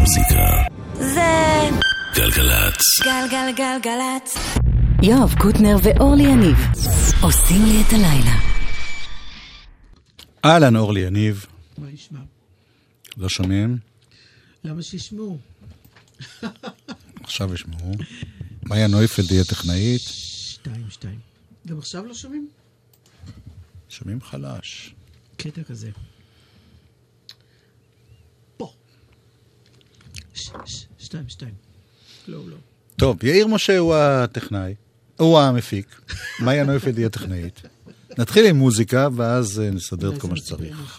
המוזיקה זה גלגלצ. גלגלגלגלצ. יואב קוטנר ואורלי יניב עושים לי את הלילה. אהלן אורלי יניב. מה ישמע? לא שומעים? למה שישמעו? עכשיו ישמעו. מאיה נויפלד היא הטכנאית. 2. גם עכשיו לא שומעים? שומעים חלש. קטע כזה. פה. 2. לא. טוב, יאיר משה הוא הטכנאי. הוא המפיק. מאיה נויפלד היא הטכנאית. נתחיל עם מוזיקה, ואז נסדר את כל מה שצריך.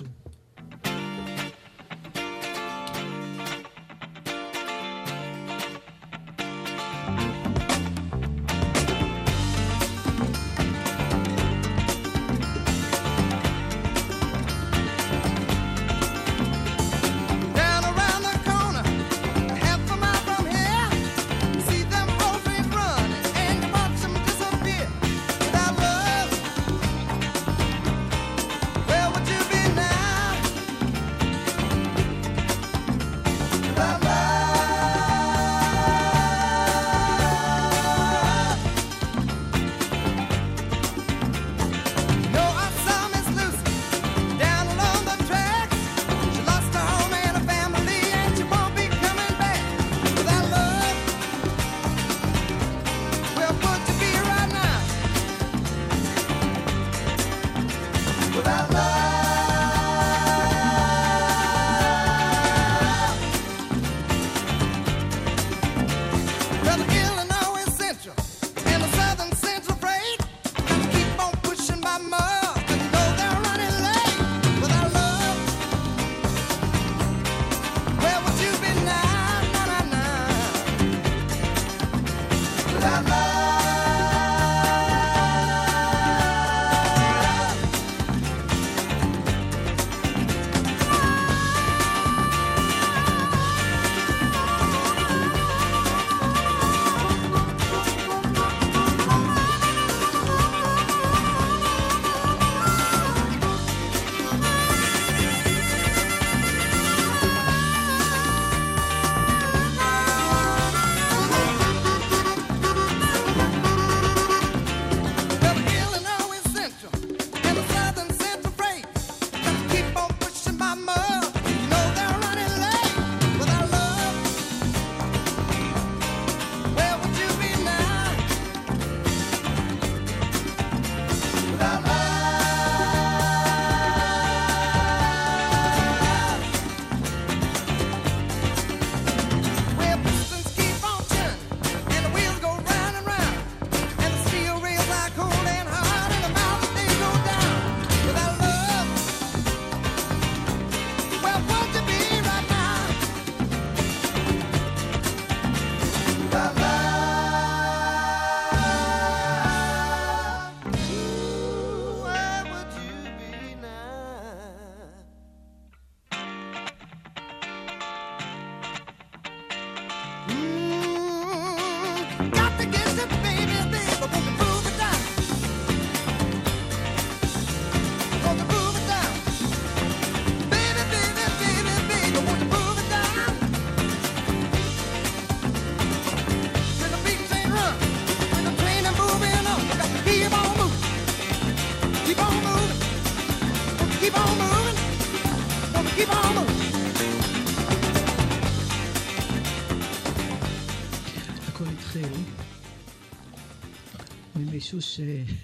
מישהו ש...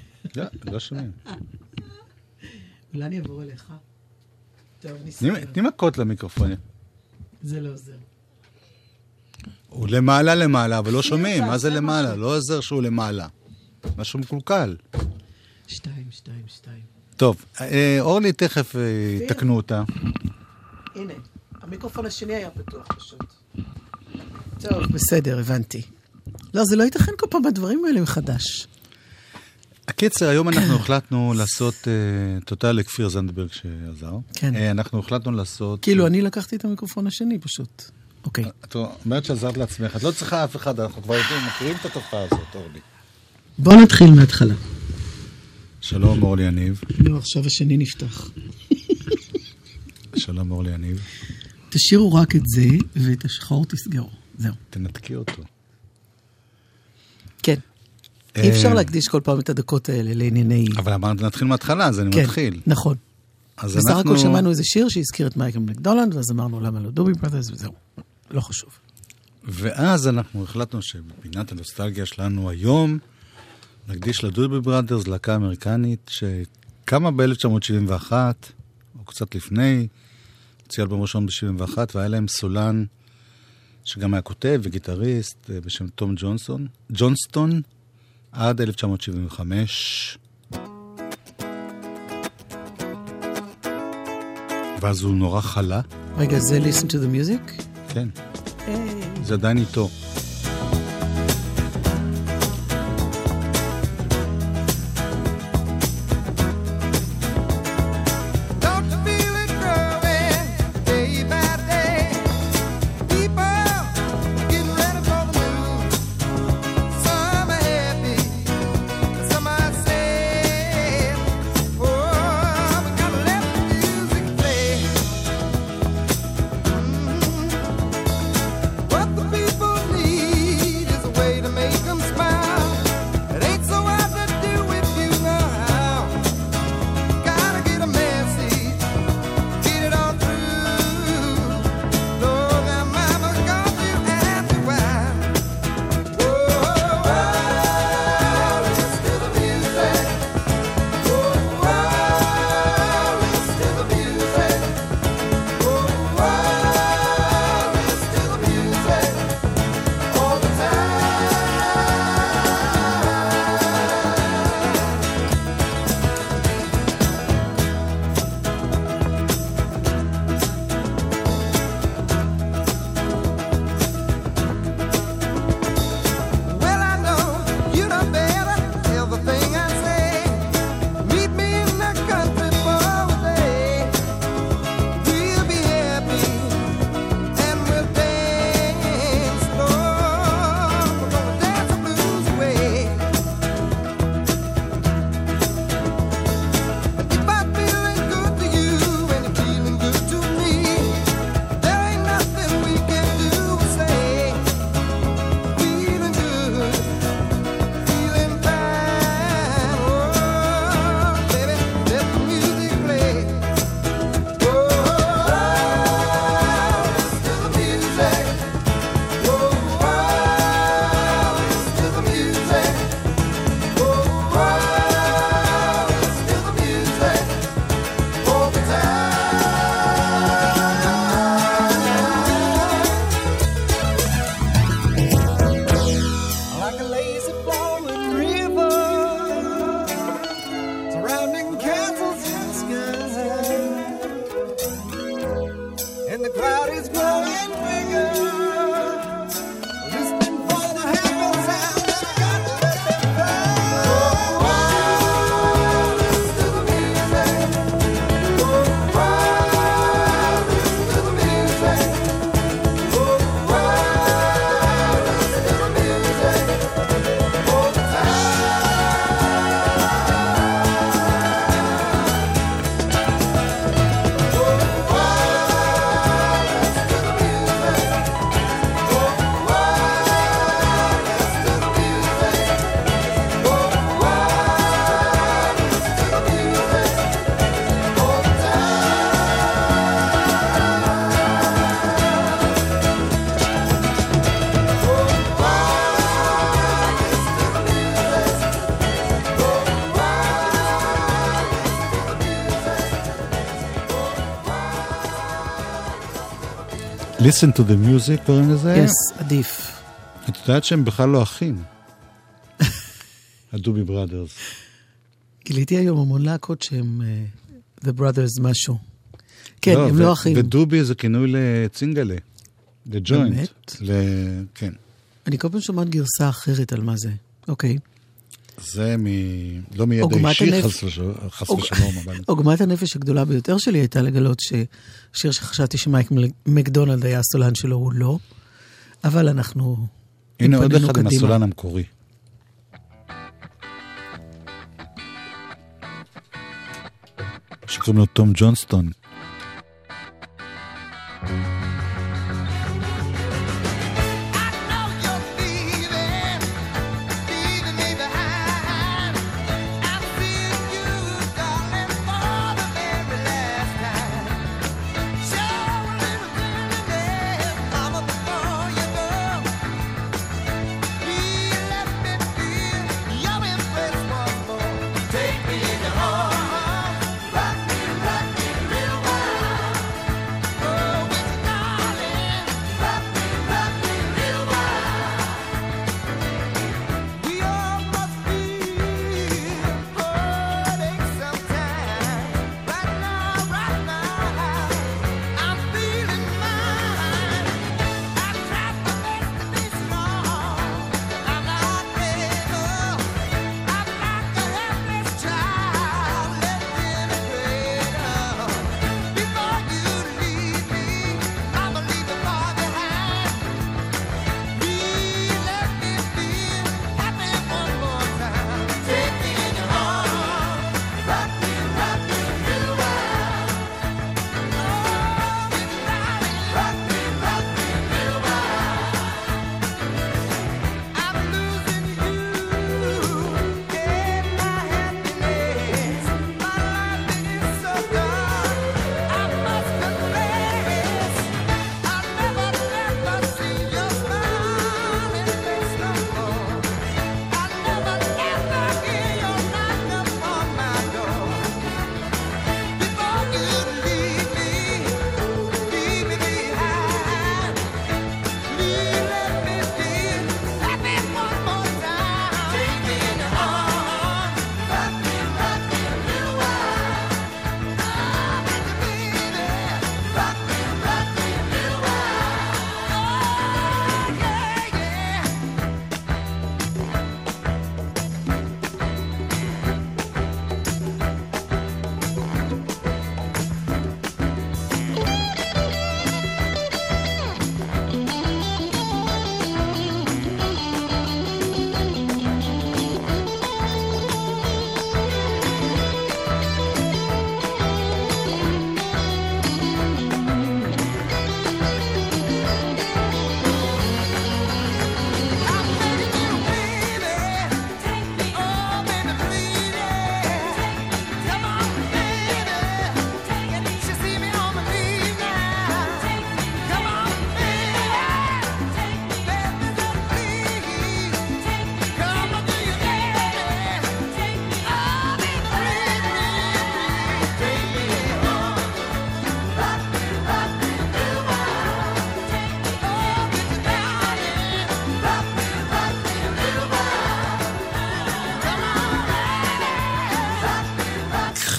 לא שומעים. אולי אני אעבור אליך. טוב, נסתכל. תני מכות למיקרופונים. זה לא עוזר. הוא למעלה, אבל לא שומעים. מה זה למעלה? לא עוזר שהוא למעלה. משהו מקולקל. 2. טוב, אורלי תכף תקנו אותה. הנה, המיקרופון השני היה פתוח פשוט. טוב, בסדר, הבנתי. לא, זה לא ייתכן כל פעם בדברים האלה מחדש. הקיצר, היום אנחנו החלטנו לעשות, תודה לכפיר זנדברג שעזר. כן. אנחנו החלטנו לעשות... כאילו, אני לקחתי את המיקרופון השני פשוט. אוקיי. את אומרת שעזרת לעצמך, את לא צריכה אף אחד, אנחנו כבר מכירים את התופעה הזאת, אורלי. בוא נתחיל מההתחלה. שלום אורלי יניב. לא, עכשיו השני נפתח. שלום אורלי יניב. תשאירו רק את זה, ואת השחור תסגרו. זהו. תנתקי אותו. כן. אי אפשר להקדיש כל פעם את הדקות האלה לענייני... אבל אמרת, נתחיל מההתחלה, אז אני מתחיל. נכון. אז בסך הכל שמענו איזה שיר שהזכיר את מייקל מקדונלד, ואז אמרנו למה לא דובי ברודרס, וזהו. לא חשוב. ואז אנחנו החלטנו שבפינת הנוסטלגיה שלנו היום, נקדיש לדובי ברודרס, להקה אמריקנית, שקמה ב-1971, או קצת לפני, הוציא אלבום ראשון ב-71, והיה להם סולן, שגם היה כותב וגיטריסט, בשם תום ג'ונסטון, עד 1975. ואז הוא נורא חלה. רגע, זה listen to the music? כן. זה עדיין איתו. Listen to the music, קוראים לזה? Yes, עדיף. את יודעת שהם בכלל לא אחים. הדובי ברודרס. גיליתי היום המון להקות שהם The Brothers משהו. כן, הם לא אחים. ודובי זה כינוי לצינגלה, לג'וינט. באמת? כן. אני כל פעם שומעת גרסה אחרת על מה זה. אוקיי. זה לא מידע אישי, חס ושלום. עוגמת הנפש הגדולה ביותר שלי הייתה לגלות ששיר שחשבתי שמייק מקדונלד היה הסולן שלו, הוא לא. אבל אנחנו... הנה עוד אחד עם הסולן המקורי. שקוראים לו תום ג'ונסטון.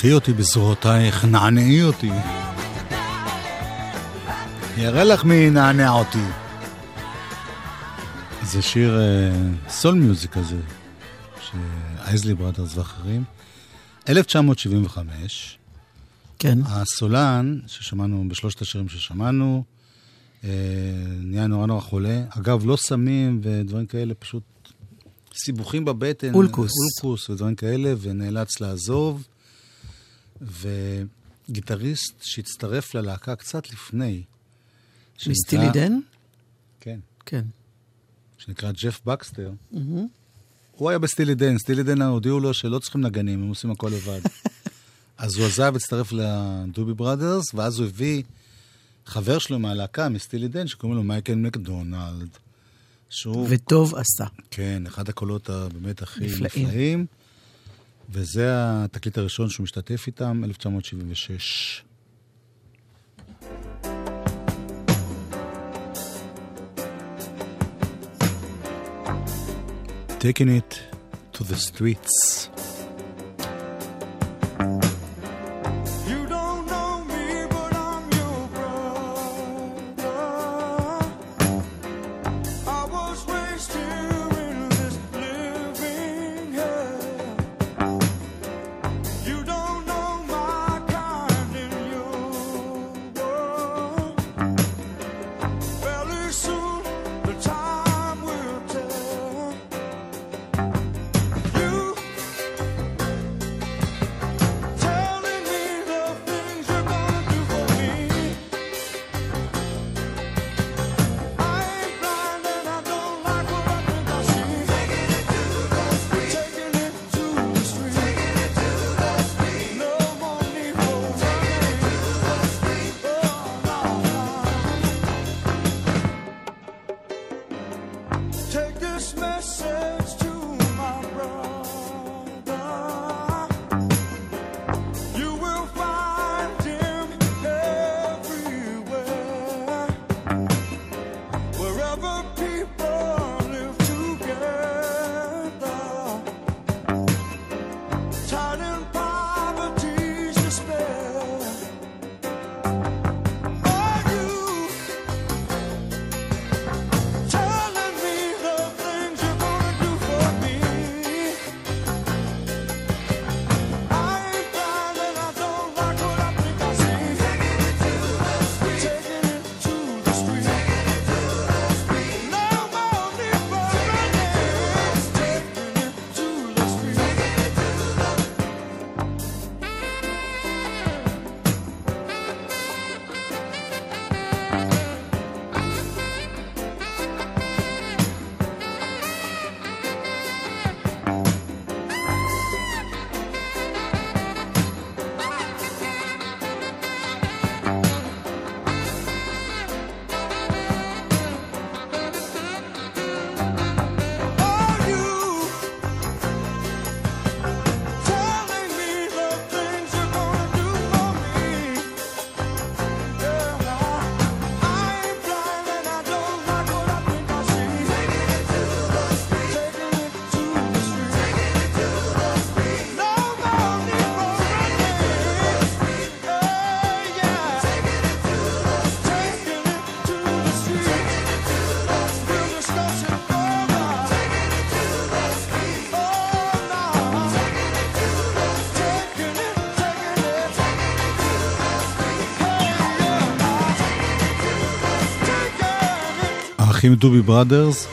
קחי אותי בזרועותייך, נענעי אותי. יראה לך מי נענע אותי. זה שיר סול מיוזיק הזה, שאייזלי בראדרס ואחרים. 1975. כן. הסולן, ששמענו בשלושת השירים ששמענו, נהיה נורא חולה. אגב, לא סמים ודברים כאלה, פשוט סיבוכים בבטן. אולקוס ודברים כאלה, ונאלץ לעזוב. וגיטריסט שהצטרף ללהקה קצת לפני. מסטילי דן? כן. כן. שנקרא ג'ף בקסטר. הוא היה בסטילי דן. סטילי דן הודיעו לו שלא צריכים נגנים, הם עושים הכל לבד. אז הוא עזב, הצטרף לדובי בראדרס, ואז הוא הביא חבר שלו מהלהקה, מסטילי דן, שקוראים לו מייקל מקדונלד. וטוב עשה. כן, אחד הקולות באמת הכי נפלאים. וזה התקליט הראשון שהוא משתתף איתם, 1976. Taking it to the streets. האחים דובי בראדרס.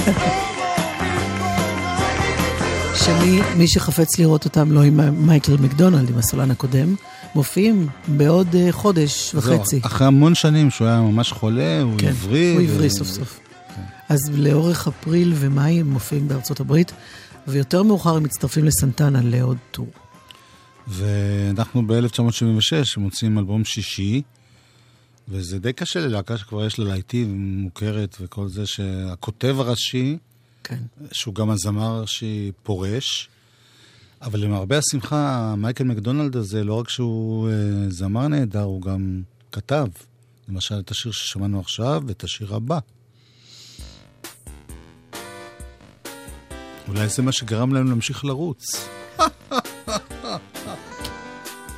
שמי שחפץ לראות אותם לא עם מייקל מקדונלד, עם הסולן הקודם, מופיעים בעוד חודש וחצי. אחרי המון שנים שהוא היה ממש חולה, הוא עברי. הוא עברי סוף סוף. אז לאורך אפריל ומאי הם מופיעים בארצות הברית, ויותר מאוחר הם מצטרפים לסנטנה לעוד טור. ואנחנו ב-1976 מוצאים אלבום שישי, וזה די קשה ללהקה שכבר יש לה להיטים מוכרת וכל זה, שהכותב הראשי, כן. שהוא גם הזמר הראשי פורש, אבל למרבה השמחה, מייקל מקדונלד הזה, לא רק שהוא זמר נהדר, הוא גם כתב, למשל את השיר ששמענו עכשיו ואת השיר הבא. אולי זה מה שגרם להם להמשיך לרוץ.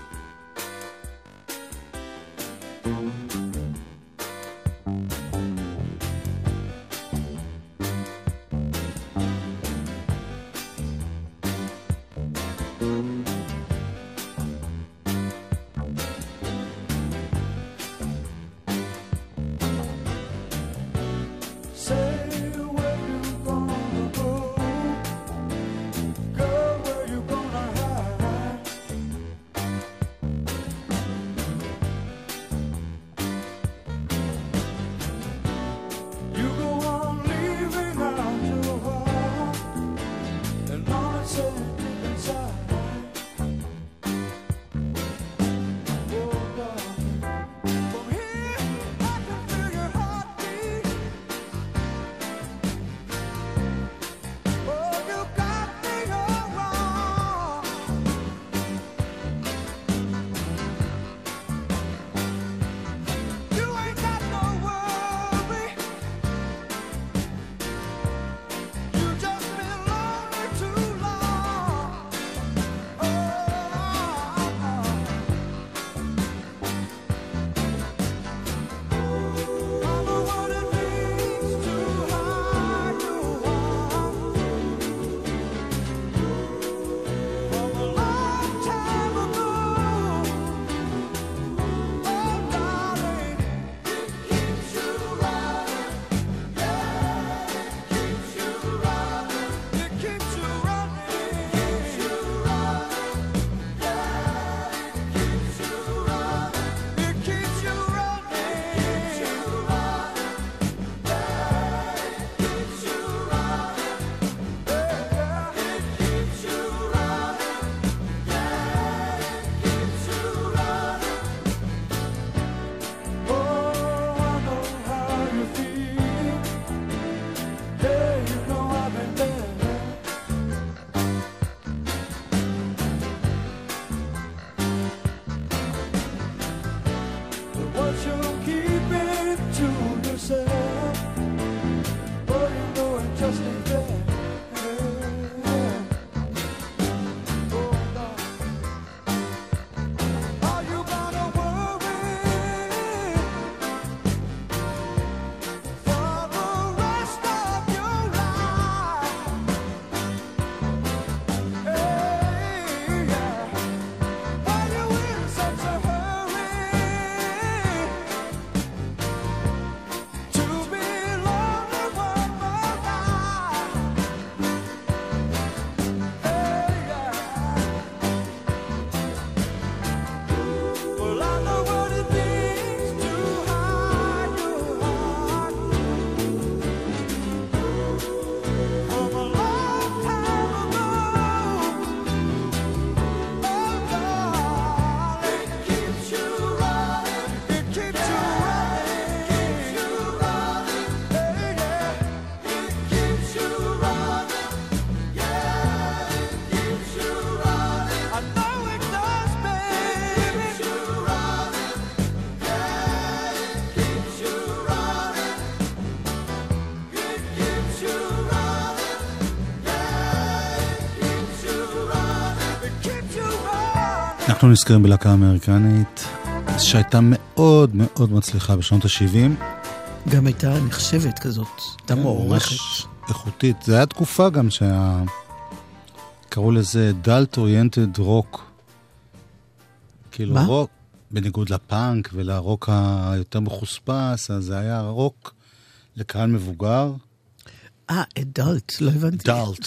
אנחנו נזכרים בלהקה אמריקנית שהייתה מאוד מאוד מצליחה בשנות ה-70. גם הייתה נחשבת כזאת, הייתה מוערכת. איכותית. זה היה תקופה גם קראו לזה דלט אוריינטד רוק. כאילו מה? רוק, בניגוד לפאנק ולרוק היותר מחוספס, אז זה היה רוק לקהל מבוגר. אדלט, לא הבנתי. אדלט,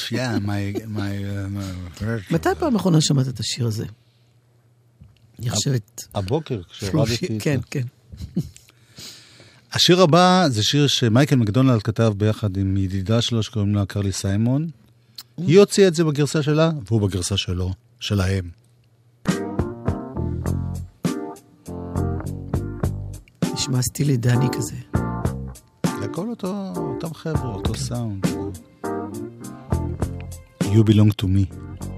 מתי פעם האחרונה שמעת את השיר הזה? אני חושבת... הבוקר, כשרדתי. כן, כן. השיר הבא זה שיר שמייקל מקדונלד כתב ביחד עם ידידה שלו שקוראים לה קרלי סיימון. היא הוציאה את זה בגרסה שלה, והוא בגרסה שלו, שלהם. נשמע סטילי דני כזה. לכל אותם חבר'ה, אותו סאונד. You belong to me.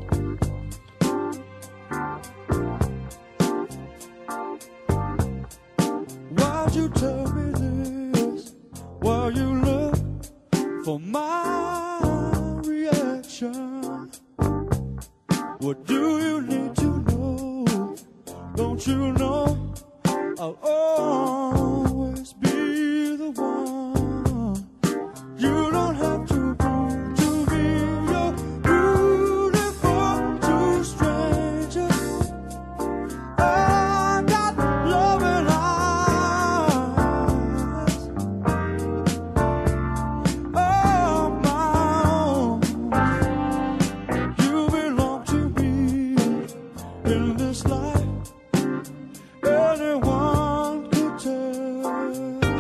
Why'd you tell me this? While you look for my reaction. What do you need to know? Don't you know I'll always be the one. You don't have to prove to me you're beautiful to strangers. I got love in eyes of my own. You belong to me in this life. Anyone could tell,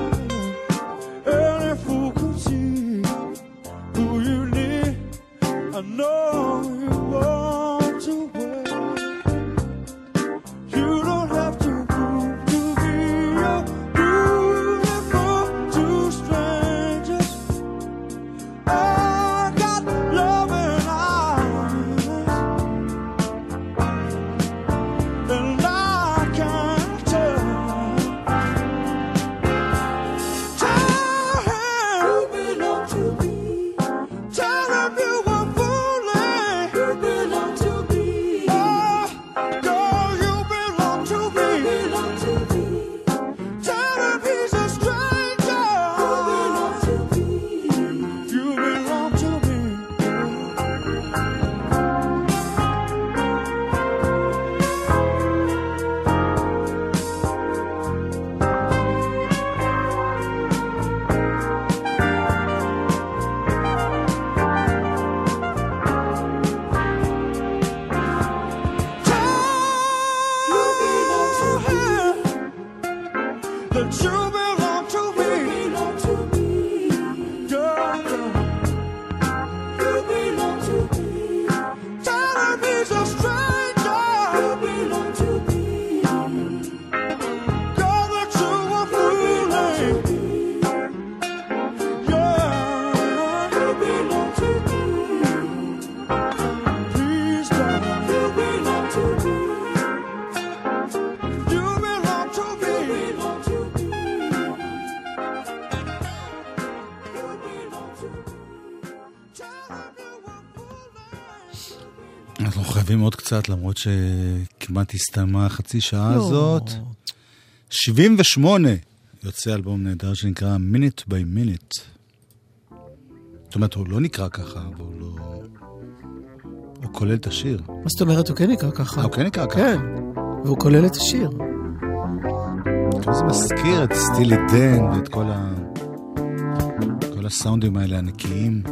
any fool could see who you need. I know you want to wait. You don't have to prove to me you're beautiful to strangers. I got love in eyes, and I can't tell. Tell him you belong to me. Tell him you were fooling. You belong to me. Oh, girl, you belong to me. You belong to me. Tell him he's a stranger. You belong to me. You belong to me. That you belong to me. Girl, you belong to me. Tell him he's a stranger. You belong to me. Girl, that you were fooling. Yeah, you belong to me. Please, girl, you belong to me. You belong to me. אנחנו חייבים עוד קצת, למרות שכמעט הסתיימה חצי שעה הזאת. 78 יוצא אלבום נהדר שנקרא Minute by Minute. זאת אומרת, הוא לא נקרא ככה, אבל הוא כולל את השיר. מה זאת אומרת? הוא כן נקרא ככה. הוא כן נקרא ככה. כן, והוא כולל את השיר. כמו זה מזכיר את סטילי דן ואת כל הסאונדים האלה הנקיים.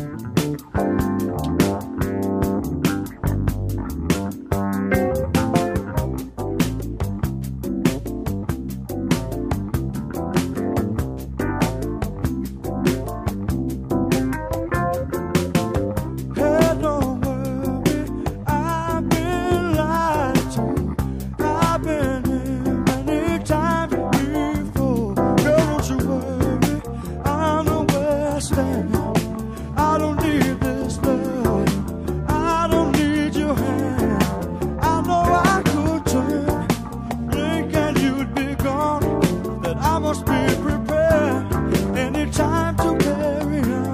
Hey, don't worry, I've been lied to. I've been here many times before. Girl, don't you worry, I know where I stand. I don't need this love, I don't need your hand. I know I could turn, blink and you'd be gone. That I must be prepared anytime to carry on.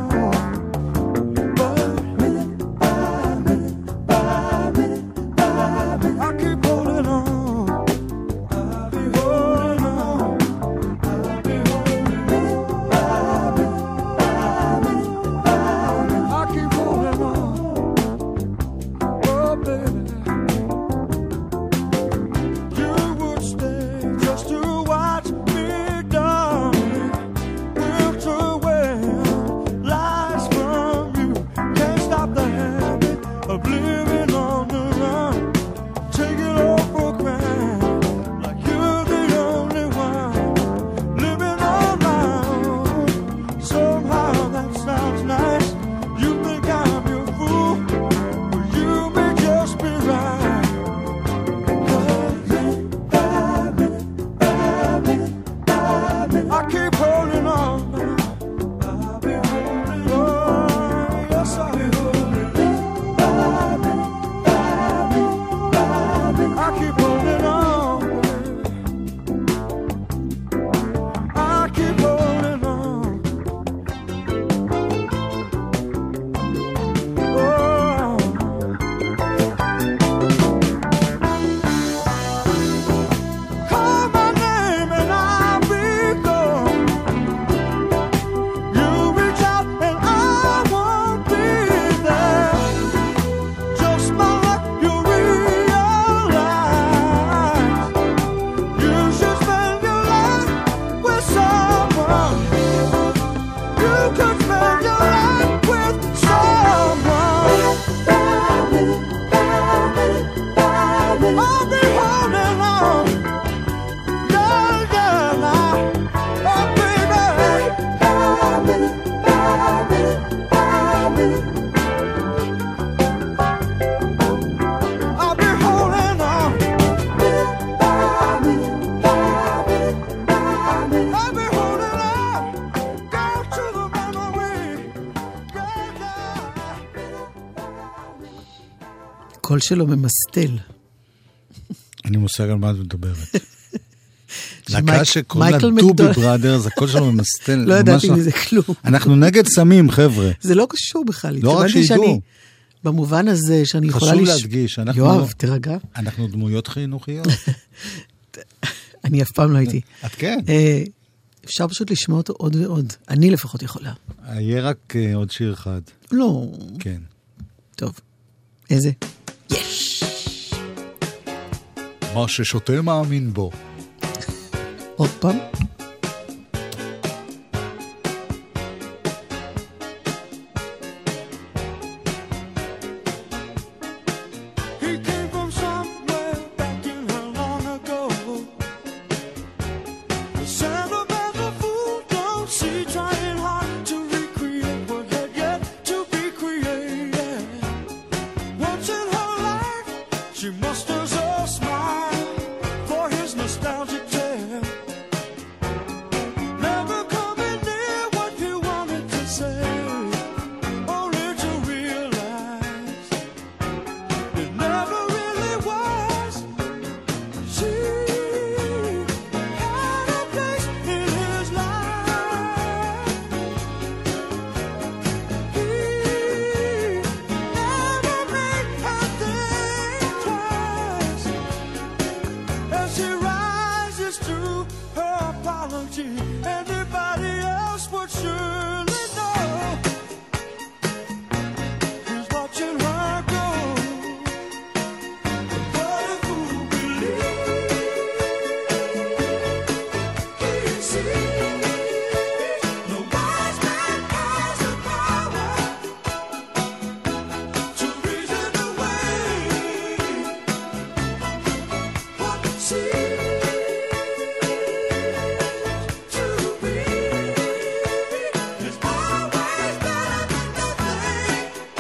But minute by minute by minute by minute, I keep holding you could spend your life with someone. I'll be holding on. Yeah, yeah, oh baby. I'll be holding on. I'll be holding on. Go to the memory. Yeah, yeah. הקול שלו ממסטל. אני מושג על מה את מדברת. שמייק- להקה שקוראים לה מייקל דובי מקדונלד. בראדרס, הקול שלו ממסטל. לא ידעתי ממש- מזה כלום. אנחנו נגד סמים, חבר'ה. זה לא קשור בכלל. לא רק התכוונתי שידעו. שאני- במובן הזה שאני יכולה... חשוב להדגיש, אנחנו- יואב, תרגע. אנחנו דמויות חינוכיות. אני אף פעם לא הייתי. את כן. אפשר פשוט לשמוע אותו עוד ועוד. אני לפחות יכולה. יהיה רק עוד שיר אחד. לא. כן. טוב. איזה? מה ששותה מאמין בו. עוד פעם. He came from somewhere back in her long ago. The sentimental fool don't see, trying hard to recreate what had yet to be created. Once in her life, she musters a smile for his nostalgic tale. Never coming near what he wanted to say, only to realize it never really was. She had a place in his life. He never made her think twice. As she rises to her apology, anybody else would surely know. He's watching her go. What a fool believes he sees. The wise man has the power to reason away what seems to be. It's always better than nothing,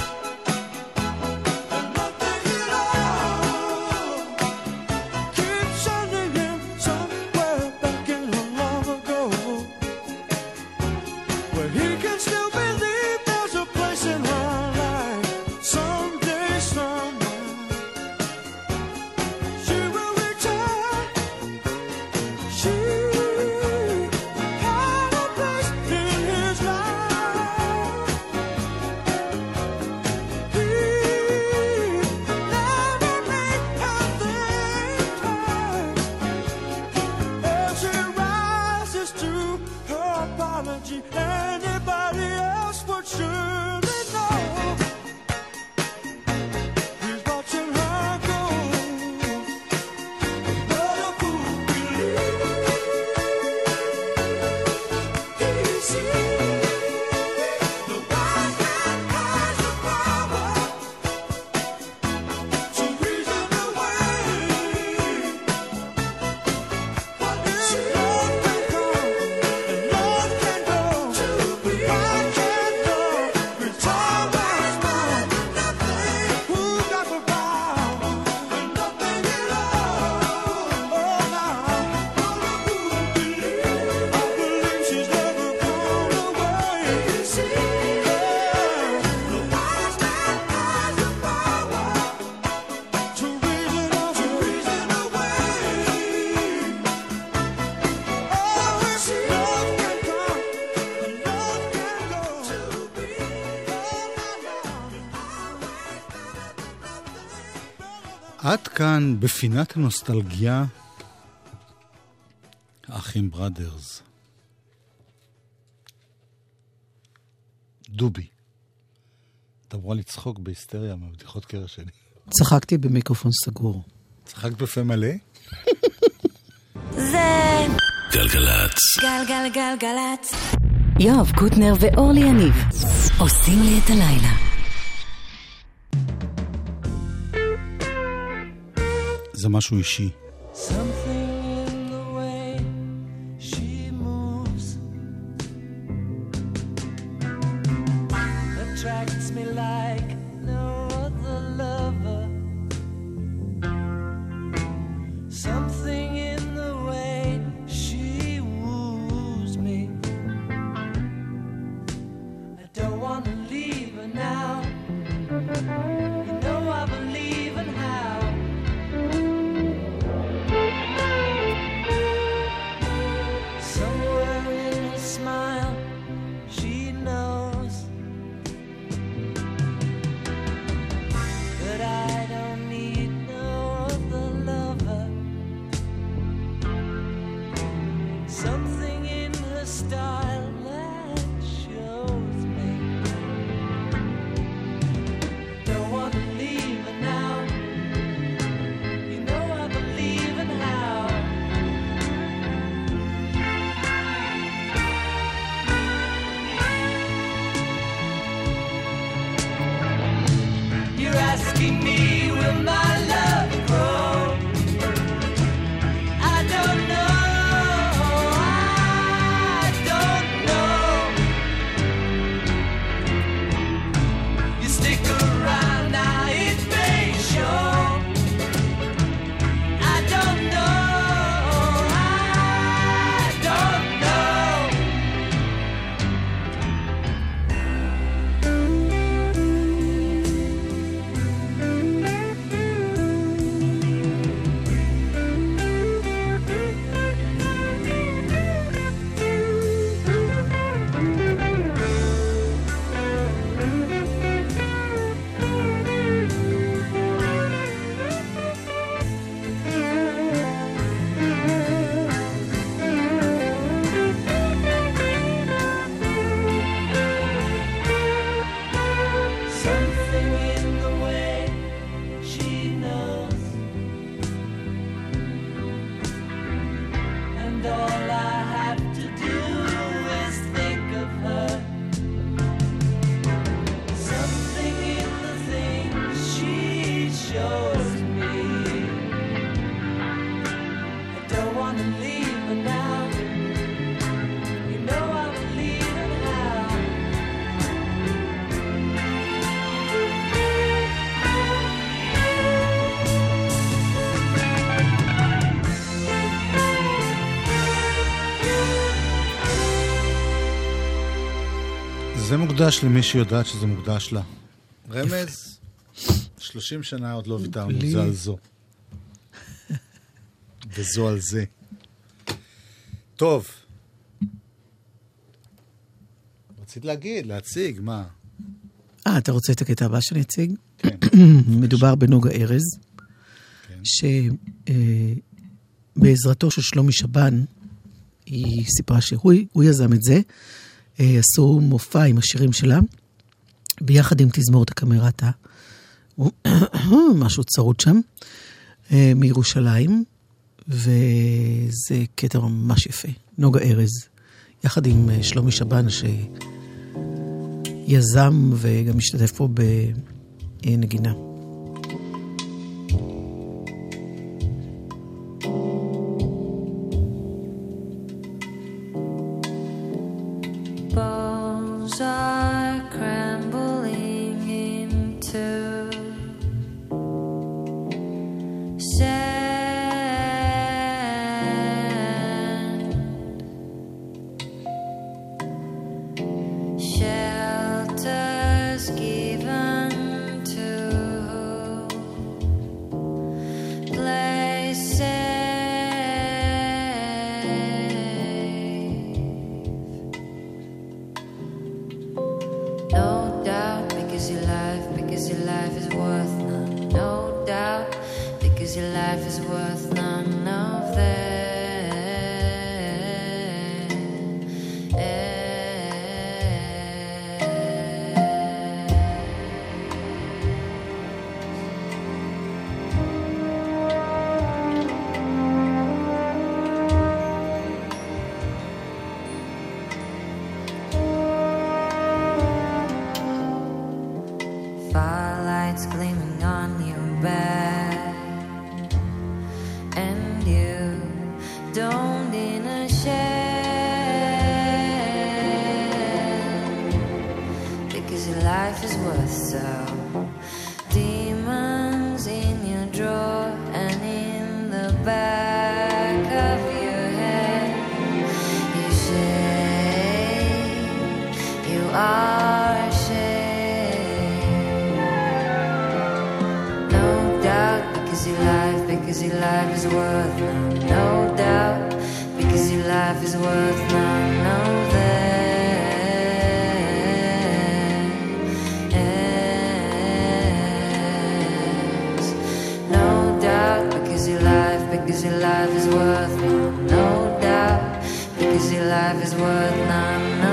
and nothing at all. Keep sending him somewhere back in her long ago, where he can still believe there's a place in her life. Someday, somewhere, she will return. She had a place in his life. He never made her think twice. As she rises to her apology, anybody else would surely know. He's watching her go. What a fool believes he sees. The wise man has the power to reason away what seems. Love can come and love can go. I can't know. It's always mine. Who got the power and nothing at all? Oh, now what a fool believes. I believe she's never gone away. The wise man has the power to reason away. Oh, it's love can come and love can go. עד כאן בפינת הנוסטלגיה, האחים בראדרס. דובי. אתה אמורה לצחוק בהיסטריה מהבדיחות קרע שלי. צחקתי במיקרופון סגור. צחקת בפה מלא? זה גלגלצ. גלגלגלגלצ. יואב קוטנר ואורלי יניב עושים לי את הלילה. זה משהו אישי. Something in the way she moves attracts me like no other lover. Something in the way she woos me. I don't want to leave her now. You know I believe in how. Somewhere in her smile, she knows that I don't need no other lover. Something in her style that shows me don't want to leave her now. You know I believe in how. You're asking me, will my love grow? I don't know, I don't know. You stick around now, it may show. I don't know, I don't know. Something in the way she knows, and all I have to do is think of her. Something in the things she shows me. I don't want to leave her now. You know I believe in how. זה מוקדש למי שיודעת שזה מוקדש לה. רמז, 30 שנה עוד לא ויתרנו, בלי. זה על זו. וזו על זה. טוב. רצית להציג, מה? אתה רוצה את הקטע הבא שאני אציג? כן. מדובר בנוגה ארז, כן. שבעזרתו של שלומי שבן, היא סיפרה שהוא יזם את זה, עשו מופע עם השירים שלה, ביחד עם תזמורת הקמרטה, משהו צרות שם, מירושלים, וזה קטע ממש יפה. נוגה ארז, יחד עם שלומי שבן, שיזם וגם משתתף פה בנגינה. Bones are crumbling into sand. Shelters given to your life is worth none of that. your life is worth so. Demons in your drawer and in the back of your head. You shade, you are ashamed. No doubt, because your life is worth none. No doubt, because your life is worth none. No there's no doubt, because your life is worth none. No doubt, because your life is worth none. No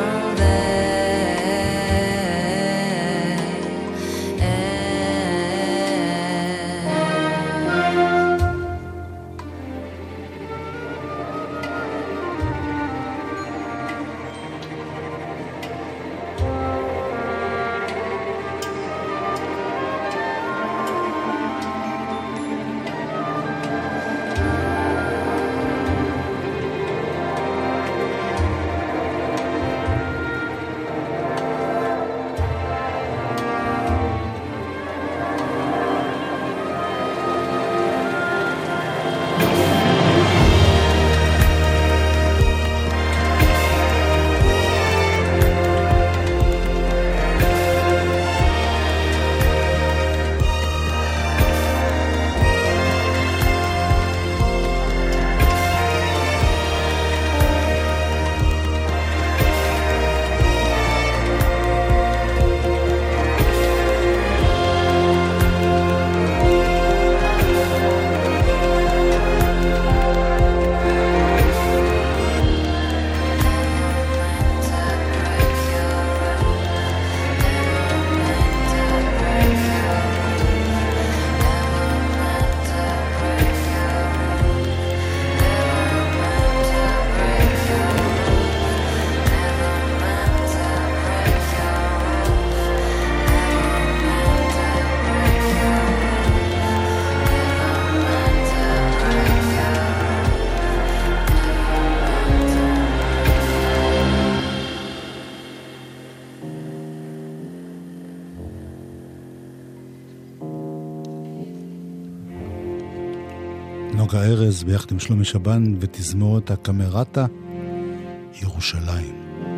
נוגה ארז ביחד עם שלומי שבן ותזמורת הקמרטה ירושלים.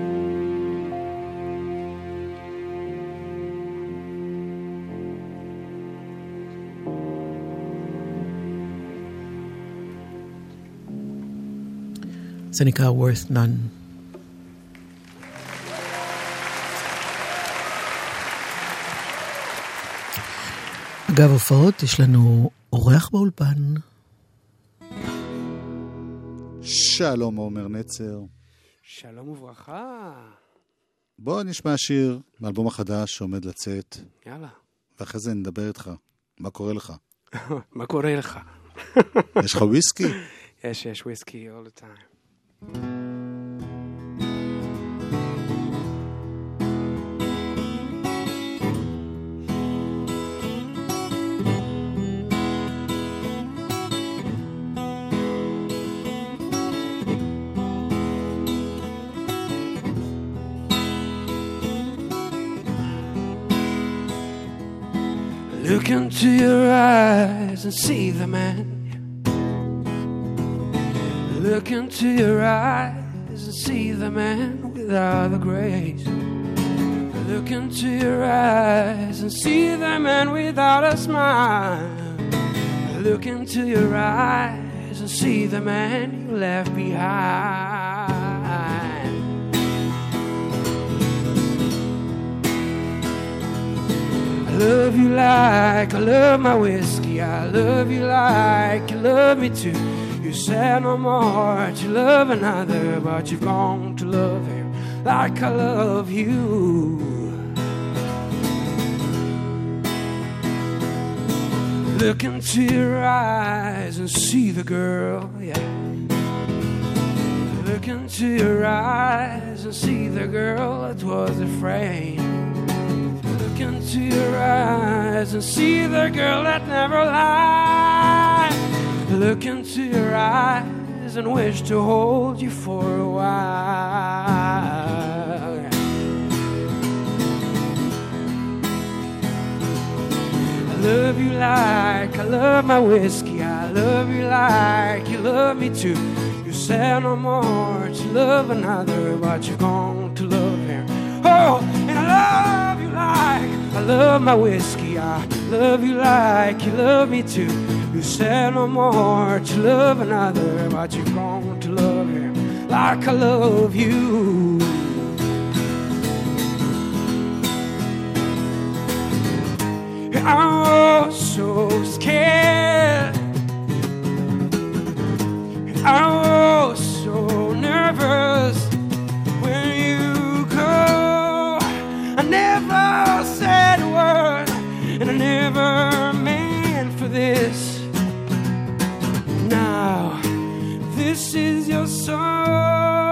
זה נקרא worth none. אגב הופעות, יש לנו אורח באולפן. שלום עומר נצר. שלום וברכה. בוא נשמע שיר מאלבום החדש שעומד לצאת. יאללה. ואחרי זה נדבר איתך. מה קורה לך? מה קורה לך? יש לך וויסקי? יש וויסקי all the time. Look into your eyes and see the man. Look into your eyes and see the man without the grace. Look into your eyes and see the man without a smile. Look into your eyes and see the man you left behind. I love you like I love my whiskey. I love you like you love me too. You said no more to love another, but you've gone to love him like I love you. Look into your eyes and see the girl, yeah. Look into your eyes and see the girl that was afraid. Look into your eyes and see the girl that never lied. Look into your eyes and wish to hold you for a while. love you like I love my whiskey. I love you like you love me too. You said no more to love another, but you're going to love him. Oh, and I love you like I love my whiskey. I love you like you love me too. You said no more to love another, but you're going to love him like I love you. I was so scared. I was so nervous when you go. I never said a word, and I never meant for this. Now, this is your song.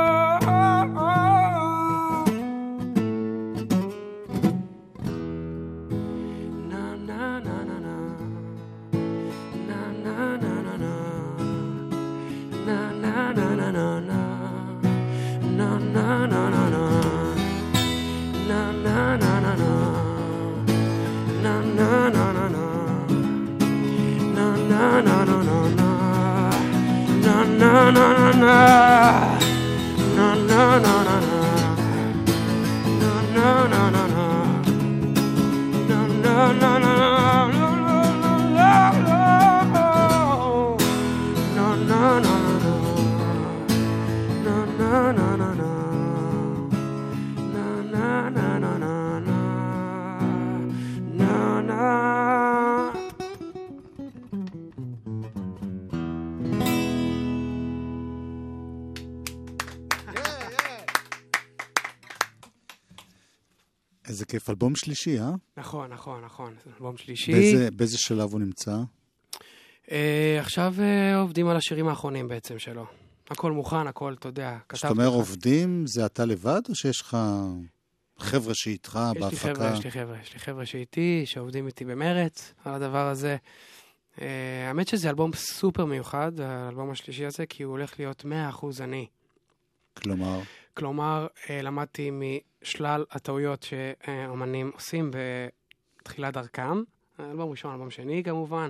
איזה כיף, אלבום שלישי, אה? נכון, אלבום שלישי. באיזה שלב הוא נמצא? עכשיו עובדים על השירים האחרונים בעצם שלו. הכל מוכן, הכל, אתה יודע, כתבתי. זאת אומרת, עובדים, זה אתה לבד, או שיש לך חבר'ה שאיתך בהפקה? יש לי חבר'ה שאיתי, שעובדים איתי במרץ על הדבר הזה. האמת שזה אלבום סופר מיוחד, האלבום השלישי הזה, כי הוא הולך להיות 100% אני. כלומר, למדתי משלל הטעויות שאומנים עושים בתחילת דרכם. אלבום ראשון, אלבום שני כמובן.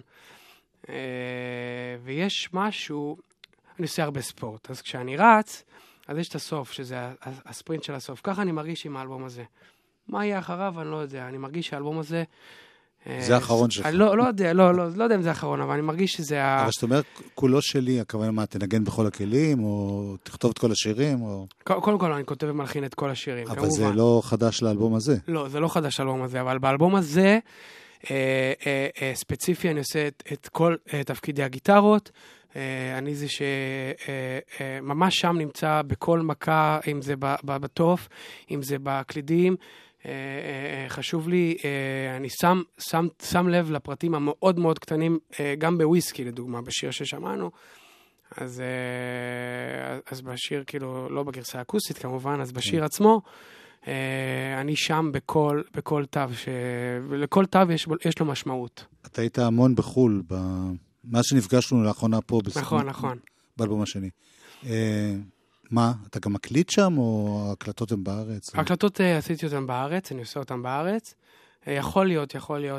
ויש משהו, אני עושה הרבה ספורט, אז כשאני רץ, אז יש את הסוף, שזה הספרינט של הסוף. ככה אני מרגיש עם האלבום הזה. מה יהיה אחריו? אני לא יודע. אני מרגיש שהאלבום הזה... זה האחרון שלך. לא יודע אם זה האחרון, אבל אני מרגיש שזה... אבל זאת אומרת, כולו שלי, הכוונה מה, תנגן בכל הכלים, או תכתוב את כל השירים, או... קודם כל, אני כותב ומלחין את כל השירים, אבל כמובן. זה לא חדש לאלבום הזה. לא, זה לא חדש לאלבום הזה, אבל באלבום הזה, ספציפי, אני עושה את כל תפקידי הגיטרות, אני זה שממש שם נמצא בכל מכה, אם זה בטוף, אם זה בקלידים, חשוב לי, אני שם לב לפרטים המאוד מאוד קטנים, גם בוויסקי לדוגמה, בשיר ששמענו, אז בשיר, כאילו, לא בגרסה האקוסטית כמובן, אז בשיר עצמו, אני שם בכל תו, ולכל תו יש לו משמעות. אתה היית המון בחול, מה שנפגשנו לאחרונה פה, נכון. באלבום השני. מה? אתה גם מקליט שם, או ההקלטות הן בארץ? ההקלטות עשיתי אותן בארץ, אני עושה אותן בארץ. יכול להיות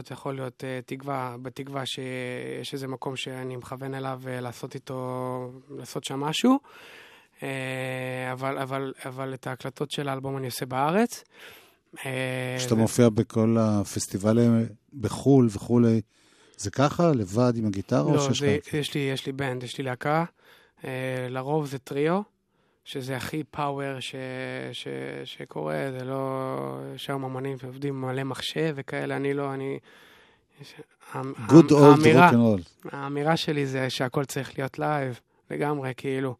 בתקווה שיש איזה מקום שאני מכוון אליו לעשות שם משהו. אבל את ההקלטות של האלבום אני עושה בארץ. כשאתה מופיע בכל הפסטיבלים בחול וכולי, זה ככה, לבד עם הגיטרה? לא, יש לי בנד, יש לי להקה. לרוב זה טריו, שזה הכי פאוור שקורה, זה לא שם אמנים ועובדים מלא מחשב וכאלה, אני לא, Good old rock and roll. האמירה שלי זה שהכל צריך להיות לייב, לגמרי, כאילו.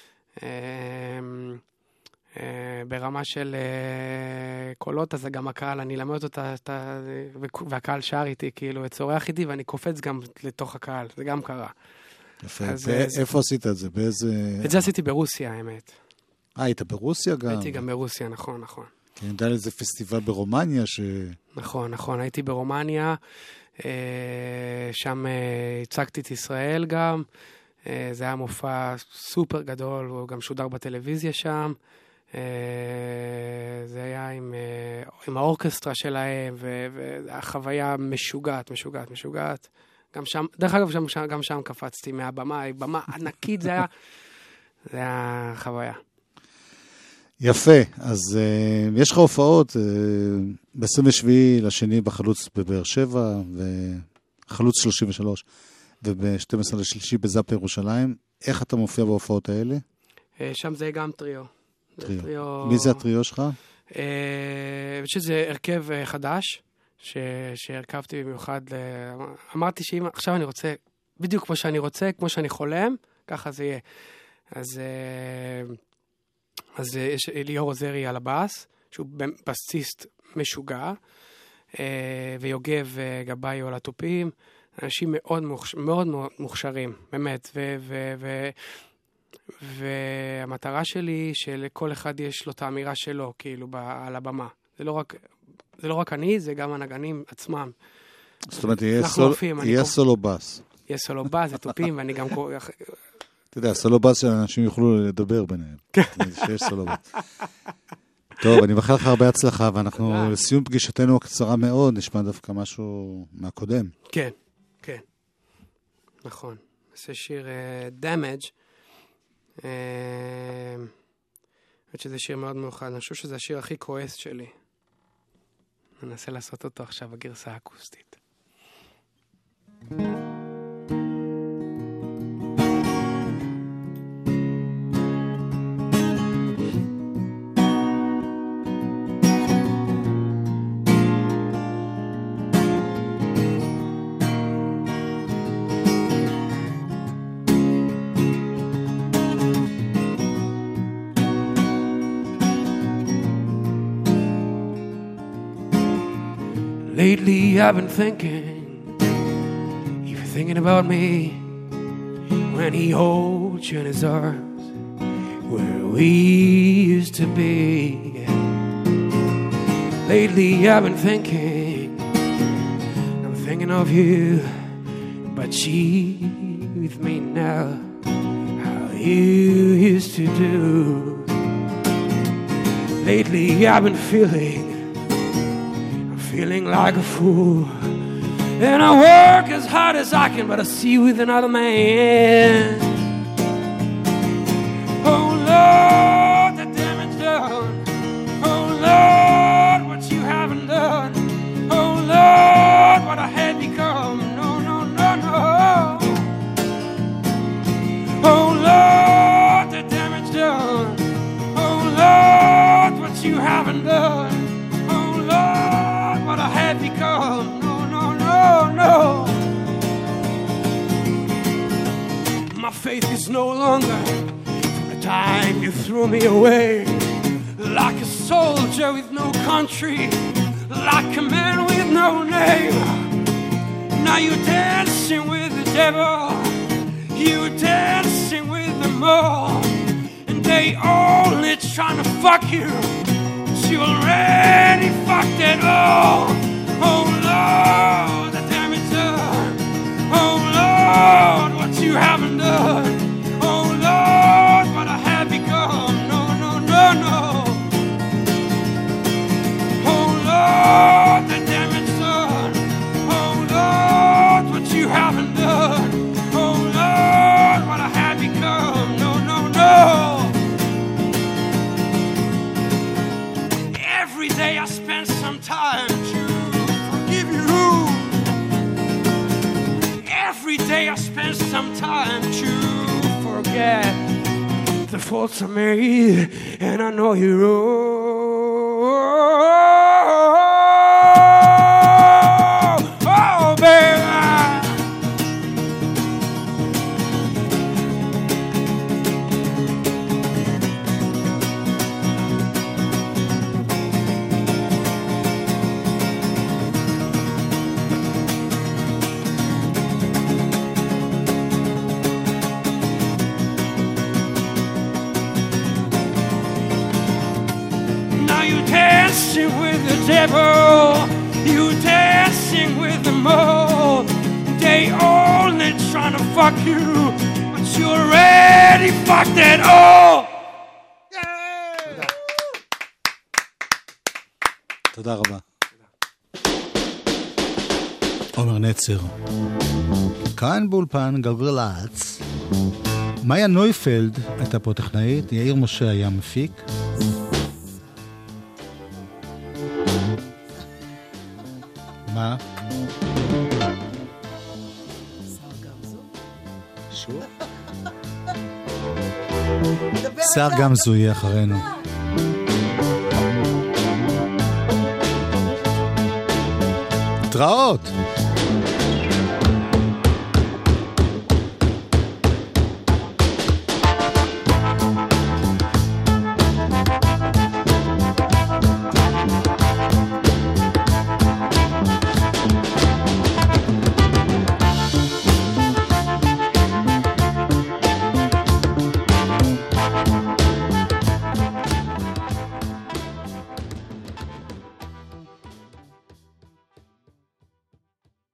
ברמה של קולות, אז גם הקהל, אני למד אותה, והקהל שר איתי, כאילו, צורח איתי, ואני קופץ גם לתוך הקהל, זה גם קרה. יפה, איפה עשית את זה? את זה עשיתי ברוסיה, האמת. היית ברוסיה גם? הייתי גם ברוסיה, נכון. כן, יודע איזה פסטיבל ברומניה נכון, הייתי ברומניה, שם הצגתי את ישראל גם, זה היה מופע סופר גדול, הוא גם שודר בטלוויזיה שם, זה היה עם האורקסטרה שלהם, והחוויה משוגעת. גם שם, דרך אגב, גם שם קפצתי מהבמה, במה ענקית, זה היה חוויה. יפה, אז יש לך הופעות ב-27 לשני בחלוץ בבאר שבע, וחלוץ 33, וב-12 לשלישי בזאפ ירושלים. איך אתה מופיע בהופעות האלה? שם זה גם טריו. מי זה הטריו שלך? שזה הרכב חדש, שהרכבתי במיוחד, אמרתי שאם עכשיו אני רוצה, בדיוק כמו שאני רוצה, כמו שאני חולם, ככה זה יהיה. אז יש ליאור עוזרי על הבאס, שהוא בסיסט משוגע, ויוגב גבאיו על הטופים, אנשים מאוד מאוד מוכשרים, באמת, והמטרה שלי שלכל אחד יש לו את האמירה שלו, כאילו, על הבמה. זה לא רק אני, זה גם הנגנים עצמם. זאת אומרת, יהיה סולו בס. יהיה סולו בס, זה טופים, ואני גם... אתה יודע, סולו בס שאנשים יוכלו לדבר ביניהם. שיש סולו בס. טוב, אני מאחל לך הרבה הצלחה, ואנחנו לסיום פגישתנו הקצרה מאוד, נשמע דווקא משהו מהקודם. כן, כן. נכון. זה שיר Damage. אני חושב שזה שיר מאוד מיוחד. אני חושב שזה השיר הכי כועס שלי. ננסה לעשות אותו עכשיו בגרסה האקוסטית. Lately I've been thinking, you've been thinking about me, when he holds you in his arms, where we used to be. Lately I've been thinking, I'm thinking of you, but she with me now, how you used to do. Lately I've been feeling like a fool, and I work as hard as I can, but I see you with another man. Oh Lord, the damage done. Oh Lord, what you haven't done. Oh Lord, what I had become. No, no, no, no. Oh Lord, the damage done. Oh Lord, what you haven't done. What I had become, no, no, no, no. My faith is no longer from the time you threw me away. Like a soldier with no country, like a man with no name. Now you're dancing with the devil, you're dancing with them all, and they only trying to fuck you. You already fucked it all. Oh Lord, the damage done. Oh Lord, what you haven't done. Oh Lord, what I have become. No, no, no, no. Oh Lord, the damage done. Oh Lord, what you haven't done. Oh Lord, what I have become. No, no, no. Every day I spend some time to forgive you. Every day I spend some time to forget the faults I made, and I know you're wrong. Oh, baby. Devil, you dancing with them all. They only trying to fuck you, but you already fucked it all. Yeah. תודה רבה. עומר נצר. כאן באולפן גלגלצ. מאיה נויפלד הייתה פה טכנאית, יאיר משה היה מפיק. מה? שוב? שר גמזו יהיה אחרינו. התראות!